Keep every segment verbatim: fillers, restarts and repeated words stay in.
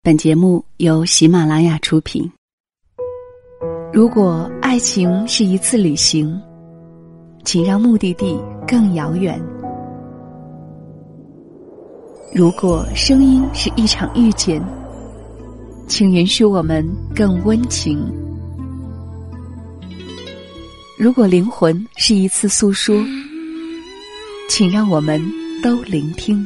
本节目由喜马拉雅出品。如果爱情是一次旅行，请让目的地更遥远。如果声音是一场遇见，请允许我们更温情。如果灵魂是一次诉说，请让我们都聆听。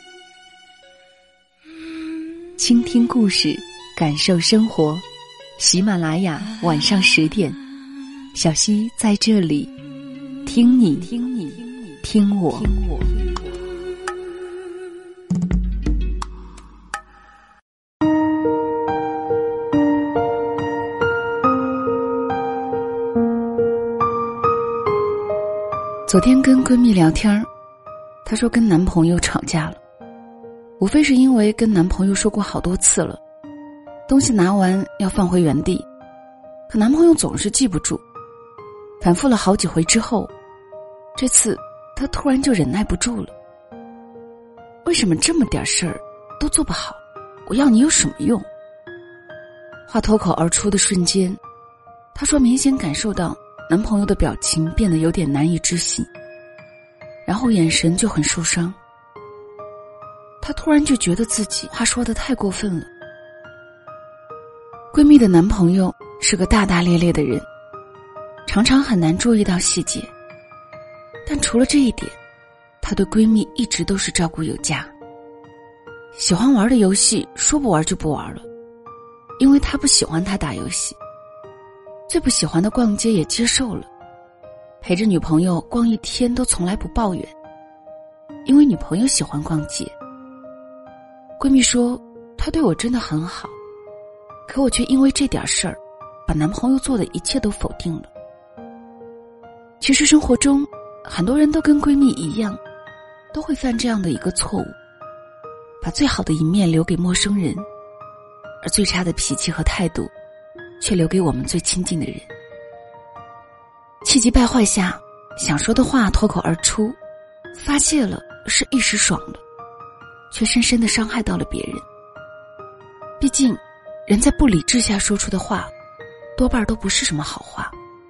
倾听故事，感受生活。喜马拉雅晚上十点，小溪在这里，听你，听你，听我。听我昨天跟闺蜜聊天，她说跟男朋友吵架了，无非是因为跟男朋友说过好多次了，东西拿完要放回原地，可男朋友总是记不住。反复了好几回之后，这次她突然就忍耐不住了。为什么这么点事儿都做不好？我要你有什么用？话脱口而出的瞬间，她说明显感受到男朋友的表情变得有点难以置信，然后眼神就很受伤。她突然就觉得自己话说得太过分了。闺蜜的男朋友是个大大咧咧的人，常常很难注意到细节，但除了这一点，她对闺蜜一直都是照顾有加。喜欢玩的游戏说不玩就不玩了，因为她不喜欢她打游戏。最不喜欢的逛街也接受了，陪着女朋友逛一天都从来不抱怨，因为女朋友喜欢逛街。闺蜜说她对我真的很好，可我却因为这点事儿把男朋友做的一切都否定了。其实生活中很多人都跟闺蜜一样，都会犯这样的一个错误，把最好的一面留给陌生人，而最差的脾气和态度却留给我们最亲近的人。气急败坏下想说的话脱口而出，发泄了是一时爽了，却深深地伤害到了别人。毕竟人在不理智下说出的话多半都不是什么好话。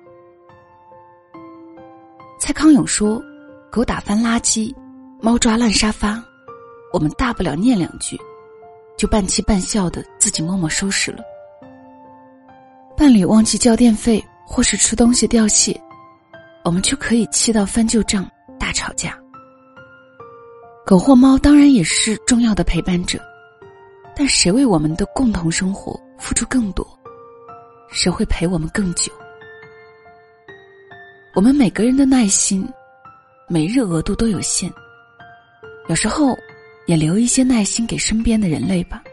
蔡康永说，狗打翻垃圾，猫抓烂沙发，我们大不了念两句，就半气半笑的自己默默收拾了。伴侣忘记交电费或是吃东西掉屑，我们却可以气到翻旧账大吵架。狗或猫当然也是重要的陪伴者，但谁为我们的共同生活付出更多，谁会陪我们更久？我们每个人的耐心每日额度都有限，有时候也留一些耐心给身边的人类吧。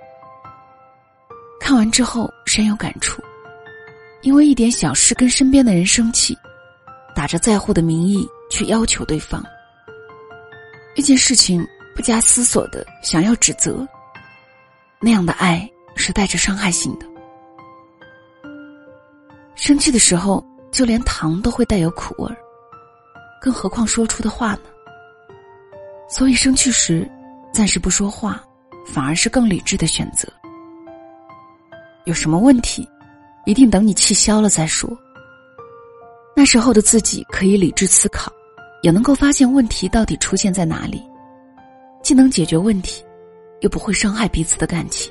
看完之后深有感触，因为一点小事跟身边的人生气，打着在乎的名义去要求对方，一件事情不加思索的想要指责，那样的爱是带着伤害性的。生气的时候就连糖都会带有苦味儿，更何况说出的话呢？所以生气时暂时不说话反而是更理智的选择。有什么问题一定等你气消了再说，那时候的自己可以理智思考，也能够发现问题到底出现在哪里，既能解决问题又不会伤害彼此的感情。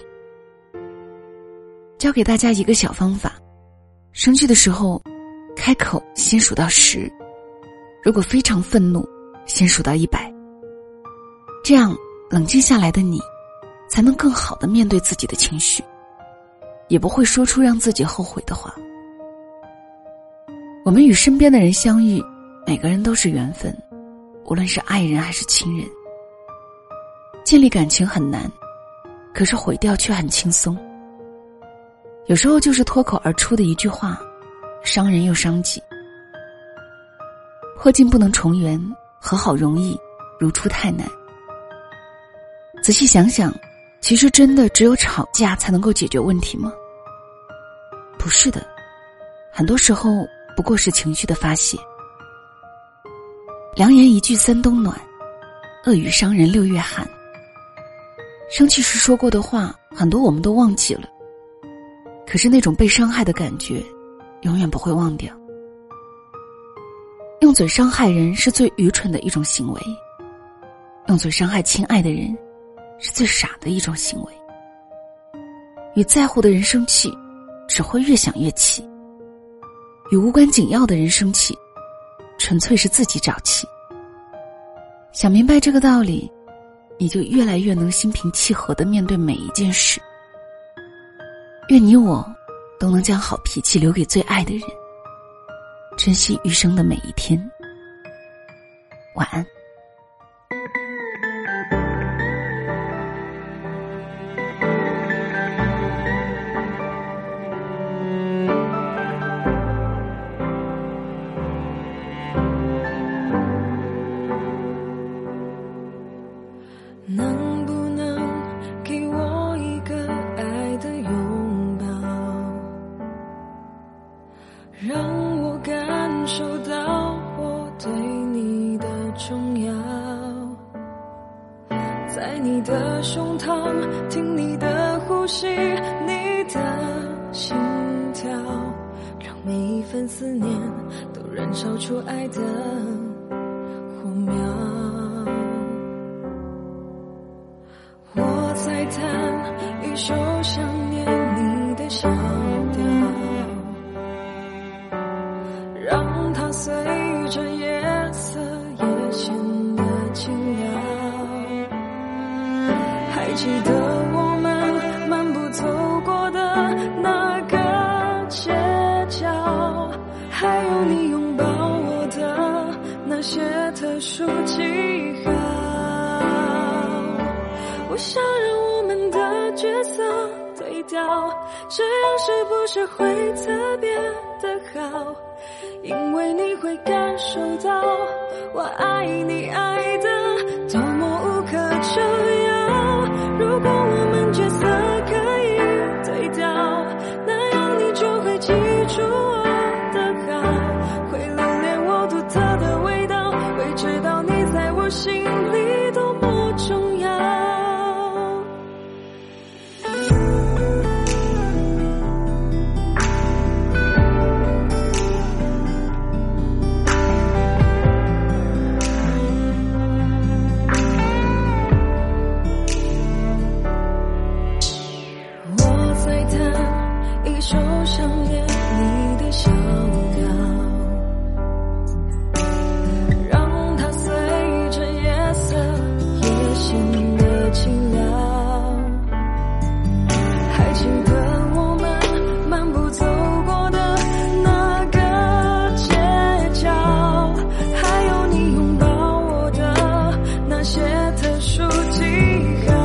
教给大家一个小方法，生气的时候开口先数到十，如果非常愤怒先数到一百，这样冷静下来的你才能更好地面对自己的情绪，也不会说出让自己后悔的话。我们与身边的人相遇，每个人都是缘分，无论是爱人还是亲人。建立感情很难，可是毁掉却很轻松。有时候就是脱口而出的一句话，伤人又伤己。破镜不能重圆，和好容易，如初太难。仔细想想，其实真的只有吵架才能够解决问题吗？不是的，很多时候不过是情绪的发泄。良言一句三冬暖，恶语伤人六月寒。 生气时说过的话，很多我们都忘记了，可是那种被伤害的感觉永远不会忘掉。用嘴伤害人是最愚蠢的一种行为，用嘴伤害亲爱的人是最傻的一种行为。与在乎的人生气，只会越想越气；与无关紧要的人生气，纯粹是自己找气。想明白这个道理，你就越来越能心平气和地面对每一件事。愿你我都能将好脾气留给最爱的人，珍惜余生的每一天。晚安。 能不能给我一个爱的拥抱，让我感受到我对你的重要，在你的胸膛听你的呼吸，你的心跳，让每一份思念都燃烧出爱的火苗。我在弹一首想念你的小调，让它随着夜色也显得轻了。还记得我们漫步走过的那个街角，还有你拥抱我的那些特殊记号。我想让我们的角色对调，这样是不是会特别的好？因为你会感受到我爱你爱的多么无可救药。如果我们角色可以对调，那样你就会记住我的好，会留恋我独特的味道，会知道你在我心里多么重要。一首想念你的小调，让它随着夜色也显得轻了。还记得我们漫步走过的那个街角，还有你拥抱我的那些特殊记号。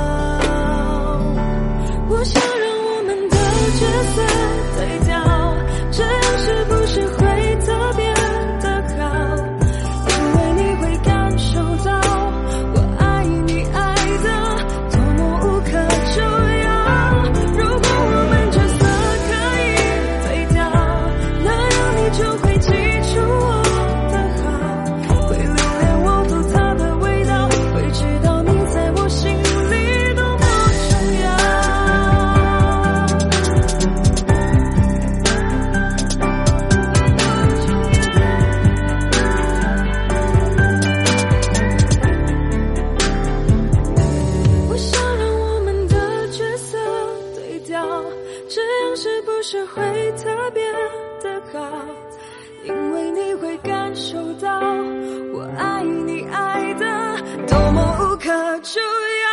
我想角色对调，这样是不是会特别的好？因为你会感受到我爱你爱的多么无可救药。如果我们角色可以对调，那样你就会记住我的好，会留恋我独特的味道，会知道你在我心里多么重要。这样是不是会特别的好？因为你会感受到我爱你爱的多么无可救药。